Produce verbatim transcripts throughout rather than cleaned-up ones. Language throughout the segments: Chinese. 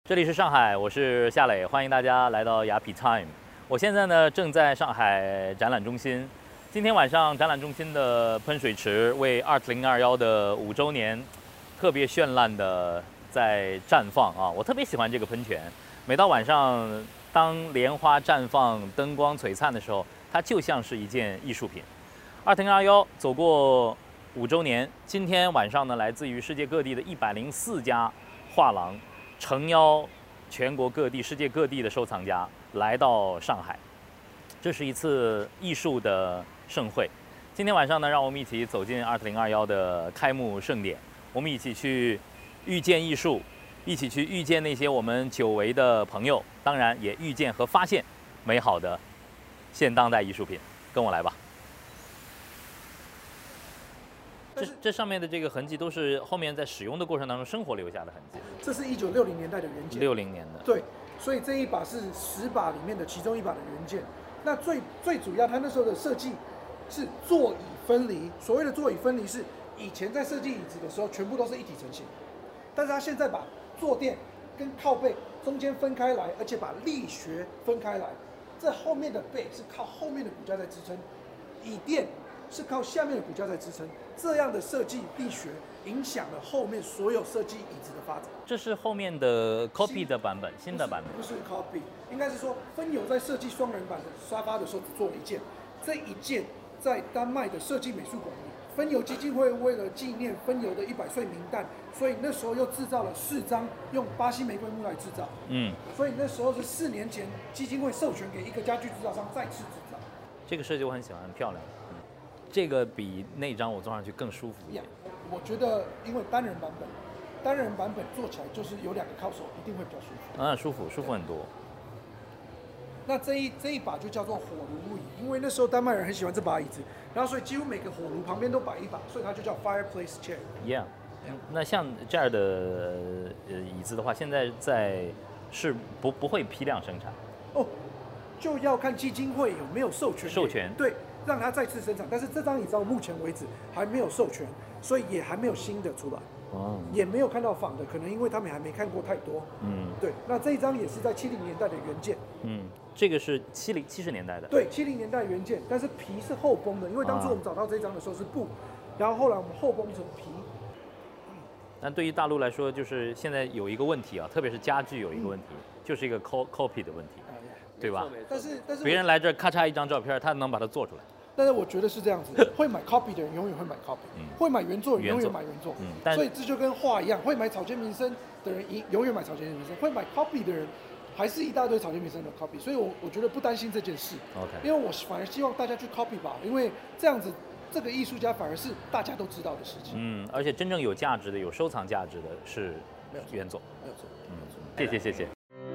这里是上海，我是夏磊，欢迎大家来到雅痞 Time。我现在呢正在上海展览中心，今天晚上展览中心的喷水池为二零二一的五周年特别绚烂的在绽放啊！我特别喜欢这个喷泉，每到晚上当莲花绽放、灯光璀璨的时候，它就像是一件艺术品。二零二一走过五周年，今天晚上呢，来自于世界各地的一百零四家画廊。诚邀全国各地、世界各地的收藏家来到上海，这是一次艺术的盛会。今天晚上呢，让我们一起走进二零二一的开幕盛典，我们一起去遇见艺术，一起去遇见那些我们久违的朋友，当然也遇见和发现美好的现当代艺术品。跟我来吧。这这上面的这个痕迹都是后面在使用的过程当中生活留下的痕迹。 这是一九六零年代的原件。 六零年的。 对，所以这一把是十把里面的其中一把的原件。那最最主要，它那时候的设计是座椅分离。所谓的座椅分离是以前在设计椅子的时候，全部都是一体成型，但是它现在把坐垫跟靠背中间分开来，而且把力学分开来。这后面的背是靠后面的骨架在支撑，椅垫是靠下面的骨架在支撑。这样的设计力学影响了后面所有设计椅子的发展。 这是后面的 copy 的版本，新的版本。 不是 copy， 应该是说芬友在设计双人版的沙发的时候只做了一件，这一件在丹麦的设计美术馆里，芬友基金会为了纪念芬友的一百岁冥诞，所以那时候又制造了四张用巴西玫瑰木来制造。嗯，所以那时候是四年前基金会授权给一个家具制造商再次制造。 这个设计我很喜欢，很漂亮。这个比那张我坐上去更舒服一点。 我觉得，因为单人版本，单人版本坐起来就是有两个靠手，一定会比较舒服。 啊，舒服，舒服很多。 那这一这一把就叫做火炉木椅，因为那时候丹麦人很喜欢这把椅子，然后所以几乎每个火炉旁边都摆一把，所以它就叫 fireplace chair。Yeah。 那像这样的呃椅子的话，现在在是不不会批量生产。 哦，就要看基金会有没有授权。 授权。 对。让它再次生产，但是这张椅子到目前为止还没有授权，所以也还没有新的出来，哦，也没有看到仿的，可能因为他们还没看过太多。嗯，对。那这一张也是在七零年代的原件。 嗯，这个是七零七十年代的。 对，七零年代原件，但是皮是后绷的，因为当初我们找到这张的时候是布，然后后来我们后绷成皮。 但对于大陆来说，就是现在有一个问题啊，特别是家具有一个问题，嗯、就是一个 copy 的问题。对吧？ 但是但是别人来这儿咔嚓一张照片，他能把它做出来。 但是我觉得是这样子，会买 copy 的人永远会买 copy，、嗯、会买原作的人永远买原作。嗯，但所以这就跟画一样，会买草间弥生的人永远买草间弥生，会买 copy 的人还是一大堆草间弥生的 copy。所以我我觉得不担心这件事。OK， 因为我反而希望大家去 copy 吧，因为这样子这个艺术家反而是大家都知道的事情。 嗯，而且真正有价值的、有收藏价值的是原作。 没有错， 嗯，谢谢谢谢。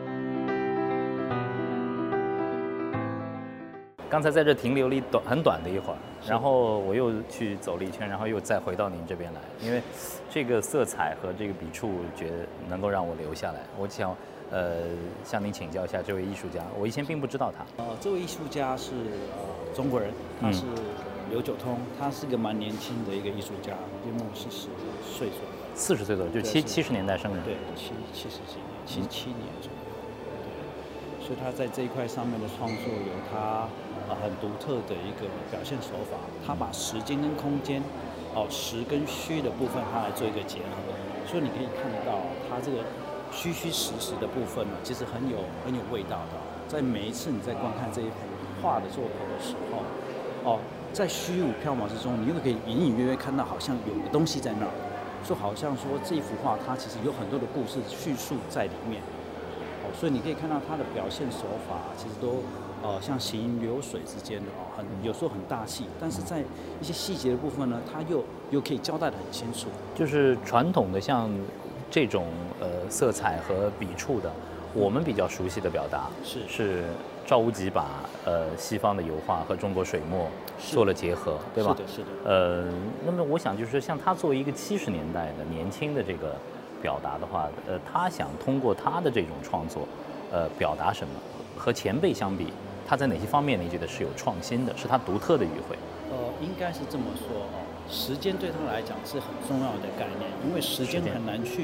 刚才在这停留了一短很短的一会儿，然后我又去走了一圈，然后又再回到您这边来，因为这个色彩和这个笔触，觉得能够让我留下来。我想，呃，向您请教一下这位艺术家，我以前并不知道他。 呃，这位艺术家是呃中国人，他是刘九通，他是个蛮年轻的一个艺术家，约莫四十岁左右。 四十岁左右，就七七十年代生人。 对，七七十几年，七七年左右。对，所以他在这一块上面的创作有他。呃，很独特的一个表现手法，他把时间跟空间，哦，实跟虚的部分，它来做一个结合，所以你可以看得到，它这个虚虚实实的部分呢，其实很有很有味道的。在每一次你在观看这一幅画的作品的时候，哦，在虚无缥缈之中，你又可以隐隐约约看到，好像有个东西在那儿，就好像说这一幅画它其实有很多的故事叙述在里面，哦，所以你可以看到它的表现手法其实都。呃，像行云流水之间的哦，很有时候很大气，但是在一些细节的部分呢，它又又可以交代得很清楚。 就是传统的像这种呃色彩和笔触的，我们比较熟悉的表达是是赵无极把呃西方的油画和中国水墨做了结合，对吧？ 是的，是的。 呃，那么我想就是像他作为一个七十年代的年轻的这个表达的话，呃，他想通过他的这种创作，呃，表达什么？和前辈相比。他在哪些方面你觉得是有创新的，是他独特的语汇？ 呃，应该是这么说哦。时间对他来讲是很重要的概念，因为时间很难去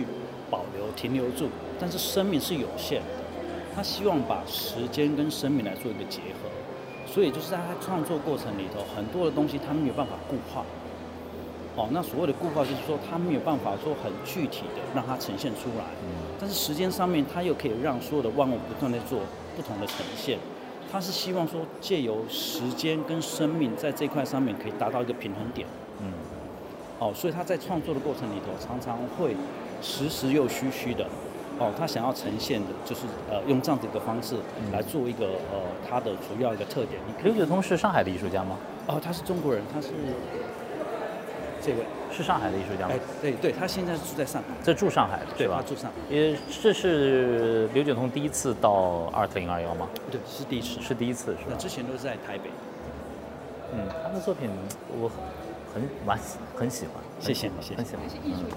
保留停留住，但是生命是有限的，他希望把时间跟生命来做一个结合，所以就是在他创作过程里头，很多的东西他没有办法固化。哦，那所谓的固化就是说，他没有办法说很具体的让它呈现出来，但是时间上面，他又可以让所有的万物不断的做不同的呈现。他是希望说，借由时间跟生命在这一块上面可以达到一个平衡点。嗯，哦，所以他在创作的过程里头，常常会实实又虚虚的。哦，他想要呈现的就是呃，用这样子一个方式来做一个呃，他的主要一个特点。 刘晓彤是上海的艺术家吗？ 哦，他是中国人，他是。这位是上海的艺术家吗？ 哎，对对，他现在住在上海， 在住上海的是吧？ 他住上海。 也这是刘晓彤第一次到二零二幺吗？ 对，是第一次， 是第一次是吧？ 之前都是在台北。 嗯，他的作品我很蛮很喜欢， 谢谢谢谢， 很喜欢。 是艺术家。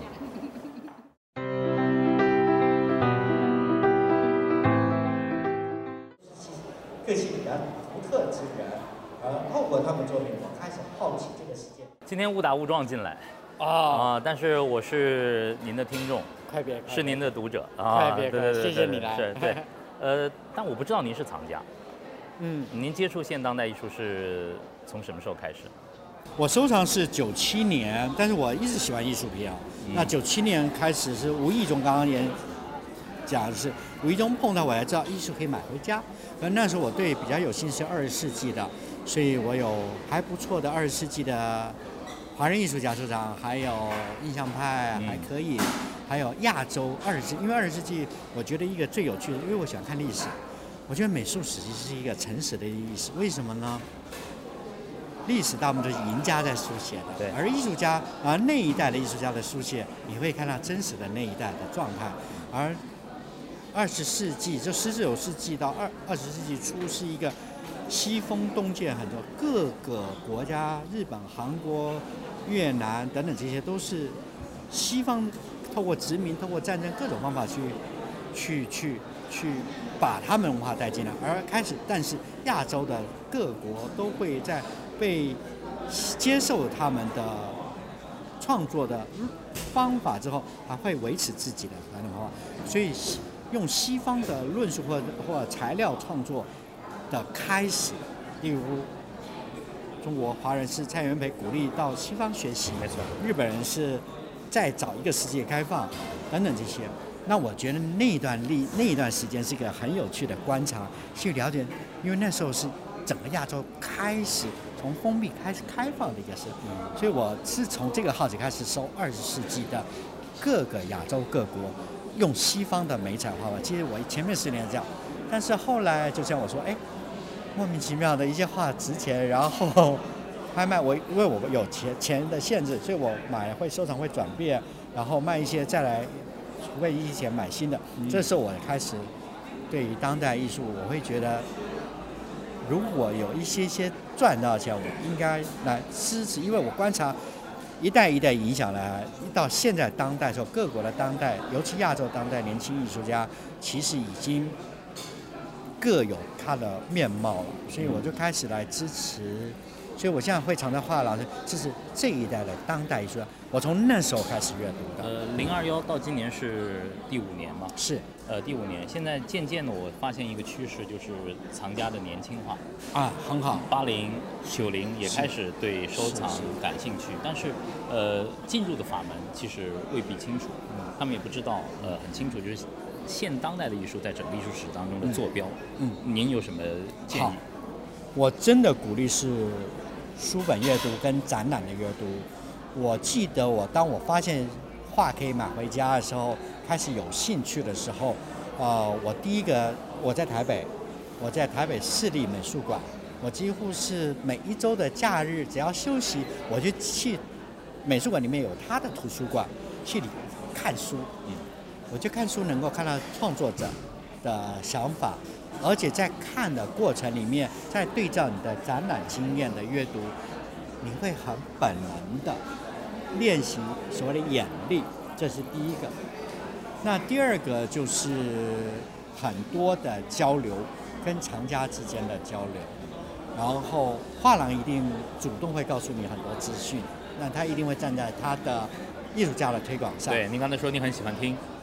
个性比较独特之人，而透过他们作品，我开始好奇这个世界。 今天误打误撞进来啊啊！但是我是您的听众， 快别， 是您的读者啊！ 对对对，谢谢你来。 是，对，呃，但我不知道您是藏家。 嗯， 您接触现当代艺术是从什么时候开始？ 我收藏是九七年，但是我一直喜欢艺术品啊。 嗯、 那九七年开始是无意中，刚刚也讲的是无意中碰到，我才知道艺术可以买回家。而那时候我对比较有兴趣是二十世纪的，所以我有还不错的二十世纪的华人艺术家收藏，还有印象派还可以，嗯、还有亚洲二十世纪。因为二十世纪我觉得一个最有趣的，因为我喜欢看历史，我觉得美术史其实是一个诚实的历史。为什么呢？历史大部分都是赢家在书写的， 对， 而艺术家，而那一代的艺术家的书写，你会看到真实的那一代的状态。而二十世纪，就十九世纪到二二十世纪初，是一个西风东渐很多，各个国家，日本、韩国、越南等等，这些都是西方透过殖民、透过战争各种方法去去去去把他们文化带进来，而开始，但是亚洲的各国都会在被接受他们的创作的方法之后，还会维持自己的传统文化，所以用西方的论述或或材料创作的开始，例如中国华人是蔡元培鼓励到西方学习， 没错， 日本人是再找一个世界开放等等这些。那我觉得那一段历那一段时间是一个很有趣的观察，去了解，因为那时候是整个亚洲开始从封闭开始开放的一个事，嗯、所以我是从这个好奇开始收二十世纪的各个亚洲各国用西方的美彩画法。其实我前面十年这样，但是后来就像我说，哎，莫名其妙的一些画值钱，然后拍卖我因为我有钱钱的限制，所以我买会收藏会转变，然后卖一些再来。为一些钱买新的，这时候我开始对于当代艺术，我会觉得，如果有一些些赚到钱，我应该来支持，因为我观察一代一代影响来，到现在当代的时候，各国的当代，尤其亚洲当代年轻艺术家，其实已经各有他的面貌了，所以我就开始来支持。所以我现在会常常画老师支持这一代的当代艺术家，我从那时候开始阅读的。 呃，零二幺到今年是第五年嘛？ 是。 呃，第五年，现在渐渐的我发现一个趋势，就是藏家的年轻化。 啊，很好。 八零、九零也开始对收藏感兴趣，但是呃，进入的法门其实未必清楚，嗯、他们也不知道呃很清楚，就是现当代的艺术在整个艺术史当中的坐标。嗯，嗯您有什么建议？ 好，我真的鼓励是。书本阅读跟展览的阅读，我记得我当我发现画可以买回家的时候，开始有兴趣的时候，呃，我第一个我在台北，我在台北市立美术馆，我几乎是每一周的假日只要休息，我就去美术馆里面有他的图书馆去里看书，嗯，我就看书能够看到创作者的想法。而且在看的过程里面，在对照你的展览经验的阅读，你会很本能的练习所谓的眼力，这是第一个。那第二个就是很多的交流，跟藏家之间的交流。然后画廊一定主动会告诉你很多资讯，那他一定会站在他的艺术家的推广上。 对，您刚才说你很喜欢听。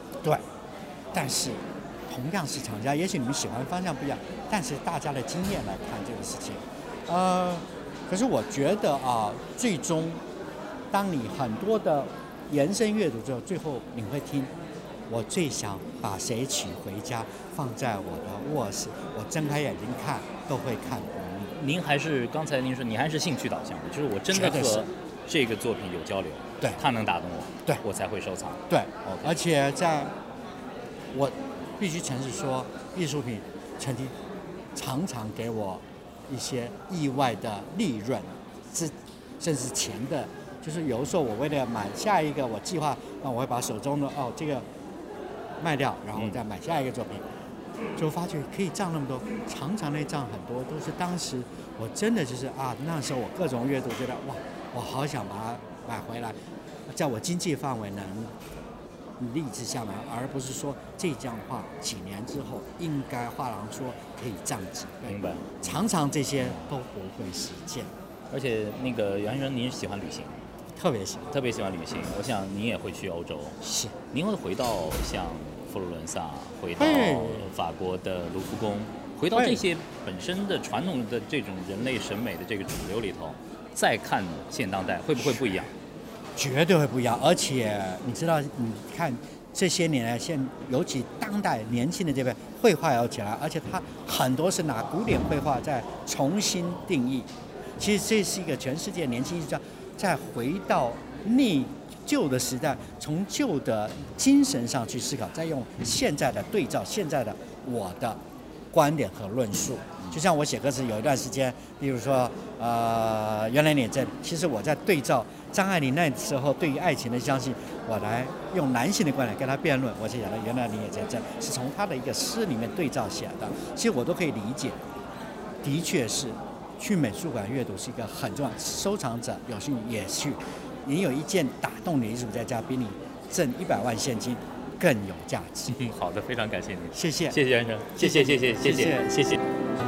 对，但是同样是厂家，也许你们喜欢方向不一样，但是大家的经验来看这个事情，呃，可是我觉得啊，最终当你很多的延伸阅读之后，最后你会听，我最想把谁娶回家放在我的卧室，我睁开眼睛看都会看懂你。 您还是刚才您说你还是兴趣导向的，就是我真的和这个作品有交流， 对， 它能打动我， 对， 我才会收藏。 对， okay. 而且在我必须诚实说，艺术品曾经常常给我一些意外的利润，是甚至钱的。就是有的时候我为了买下一个，我计划，那我会把手中的哦这个卖掉，然后再买下一个作品，嗯、就发觉可以涨那么多，常常那涨很多都是当时我真的就是啊，那时候我各种阅读觉得哇，我好想把它买回来，在我经济范围能立志下来，而不是说这样的话几年之后应该画廊说可以涨几倍。 明白。 常常这些都不会实践。 而且那个袁先生，您喜欢旅行？ 特别喜欢， 特别喜欢旅行。我想您也会去欧洲， 是， 您会回到像佛罗伦萨，回到法国的卢浮宫，回到这些本身的传统的这种人类审美的这个主流里头，再看现当代，会不会不一样？ 绝对会不一样。而且你知道，你看这些年来，现尤其当代年轻的这边绘画要起来，而且它很多是拿古典绘画再重新定义。其实这是一个全世界年轻艺术家再回到逆旧的时代，从旧的精神上去思考，再用现在的对照现在的我的观点和论述。就像我写歌词有一段时间，例如说呃原来你在，其实我在对照张爱玲那时候对于爱情的相信，我来用男性的观点跟他辩论，我就讲了原来你也在这，是从他的一个诗里面对照写的，其实我都可以理解。的确是去美术馆阅读是一个很重要，收藏者有幸也去，你有一件打动你的艺术在家，比你挣一百万现金更有价值。 嗯，好的，非常感谢您， 谢谢， 谢谢先生，谢谢谢谢谢谢谢谢。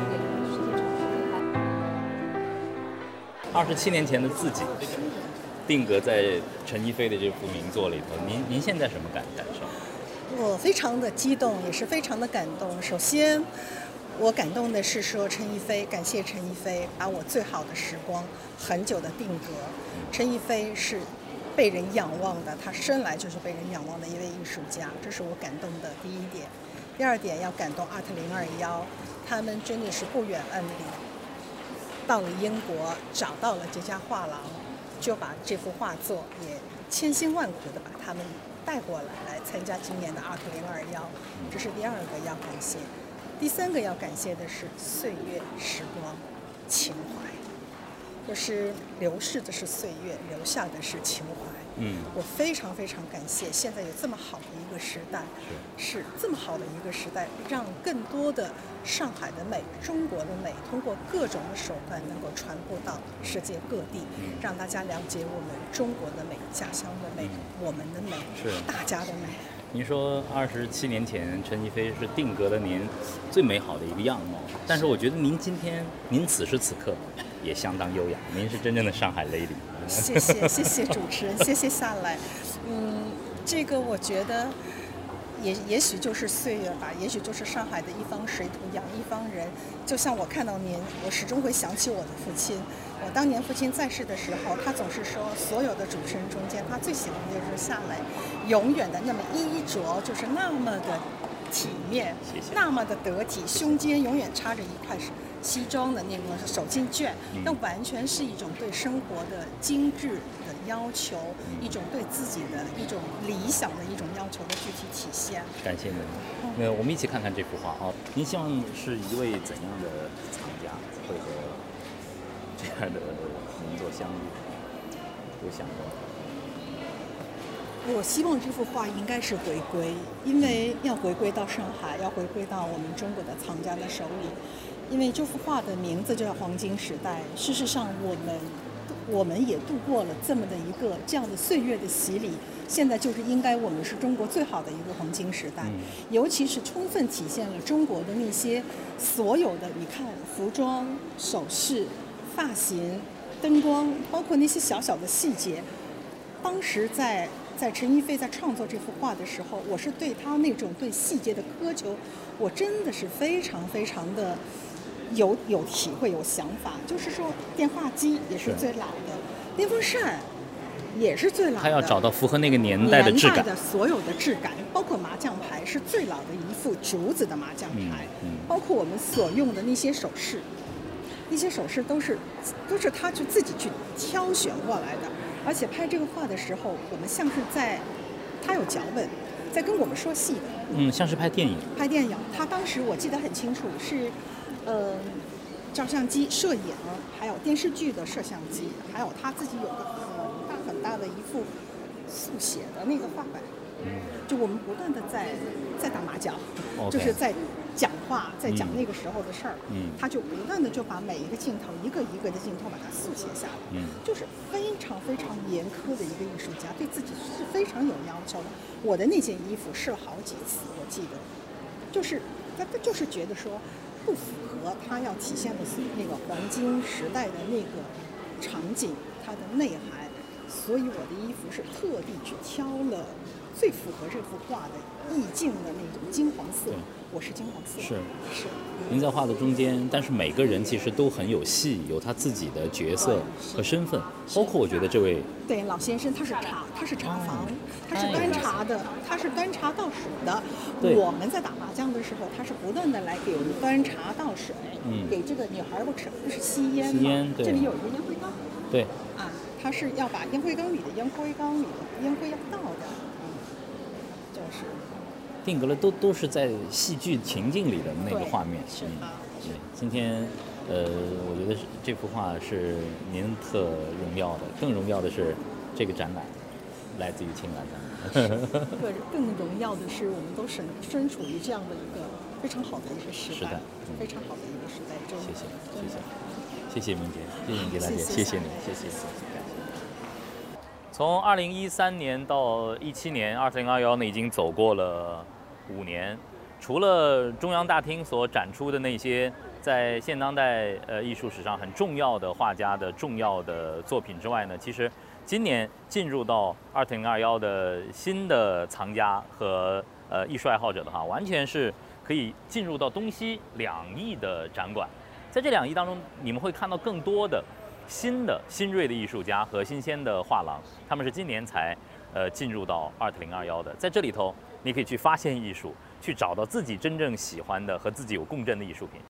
二十七年前的自己，定格在陈逸飞的这幅名作里头，您您现在什么感感受？ 我非常的激动，也是非常的感动。首先，我感动的是说陈逸飞，感谢陈逸飞把我最好的时光很久的定格。陈逸飞是被人仰望的，他生来就是被人仰望的一位艺术家，这是我感动的第一点。第二点要感动 Art 零二一，他们真的是不远万里，到了英国找到了这家画廊，就把这幅画作也千辛万苦的把他们带过来，来参加今年的 Art 零二一，这是第二个要感谢。第三个要感谢的是岁月时光情怀，就是流逝的是岁月，留下的是情怀。嗯，我非常非常感谢现在有这么好的一个时代，是, 是这么好的一个时代，让更多的上海的美、中国的美，通过各种的手段能够传播到世界各地，嗯、让大家了解我们中国的美、家乡的美、嗯、我们的美、是大家的美。 您说二十七年前陈逸飞是定格了您最美好的一个样貌，但是我觉得您今天，您此时此刻也相当优雅，您是真正的上海 lady。 谢谢谢谢主持人，谢谢下来。嗯，这个我觉得也也许就是岁月吧，也许就是上海的一方水土养一方人。就像我看到您，我始终会想起我的父亲。我当年父亲在世的时候，他总是说，所有的主持人中间，他最喜欢的就是夏蕾，永远的那么衣着就是那么的体面， 谢谢那么的得体，胸间永远插着一块西装的那个手巾卷，那、嗯、完全是一种对生活的精致的要求，嗯、一种对自己的一种理想的一种要求的具体体现。 感谢您。那、嗯、我们一起看看这幅画啊！您希望是一位怎样的藏家会和这样的名作相遇？有想过？ 我希望这幅画应该是回归，因为要回归到上海，要回归到我们中国的藏家的手里。因为这幅画的名字就叫黄金时代，事实上我们我们也度过了这么的一个这样的岁月的洗礼，现在就是应该我们是中国最好的一个黄金时代，尤其是充分体现了中国的那些所有的，你看服装、首饰、发型、灯光，包括那些小小的细节，当时在在陈一飞在创作这幅画的时候，我是对他那种对细节的苛求，我真的是非常非常的有有体会有想法。就是说，电话机也是最老的，电风扇也是最老的， 他要找到符合那个年代的质感， 年代的所有的质感，包括麻将牌是最老的一副竹子的麻将牌， 嗯嗯、 包括我们所用的那些首饰，那些首饰都是都是他去自己去挑选过来的。而且拍这个画的时候，我们像是在，他有脚本，在跟我们说戏的。 嗯，像是拍电影。 拍电影，他当时我记得很清楚，是，呃，照相机、摄影，还有电视剧的摄像机，还有他自己有个很大很大的一幅速写的那个画板。嗯。就我们不断的在在打麻将， okay. 就是在讲话，在讲那个时候的事儿。 嗯。 他就不断的就把每一个镜头，一个一个的镜头把它速写下来。 嗯。 就是非常非常严苛的一个艺术家，对自己是非常有要求的。我的那件衣服试了好几次，我记得，就是他他就是觉得说不符合他要体现的那个黄金时代的那个场景，它的内涵，所以我的衣服是特地去挑了最符合这幅画的意境的那种金黄色。我是金黄色。 是是。 您在画的中间，但是每个人其实都很有戏，有他自己的角色和身份，包括我觉得这位对老先生，他是茶，他是茶房，他是端茶的，他是端茶倒水的。我们在打麻将的时候，他是不断的来给我们端茶倒水，嗯，给这个女孩不是不是吸烟吗？这里有一个烟灰缸。 对。 啊，他是要把烟灰缸里的烟灰缸里的烟灰要倒掉，嗯，就是。 定格了都都是在戏剧情境里的那个画面。 是啊。 对，今天，呃，我觉得这幅画是您特荣耀的，更荣耀的是这个展览来自于青兰展。 更更荣耀的是，我们都身身处于这样的一个非常好的一个时代，时代嗯、非常好的一个时代中。 谢谢，谢谢，谢谢明杰，谢谢明杰大姐，谢谢您，谢谢，谢谢。从二零一三年到一七年，二零二幺呢已经走过了五年。除了中央大厅所展出的那些在现当代呃艺术史上很重要的画家的重要的作品之外呢，其实今年进入到二零二幺的新的藏家和呃艺术爱好者的话，完全是可以进入到东西两翼的展馆。在这两翼当中，你们会看到更多的新的新锐的艺术家和新鲜的画廊，他们是今年才呃进入到二零二幺的。在这里头，你可以去发现艺术，去找到自己真正喜欢的和自己有共振的艺术品。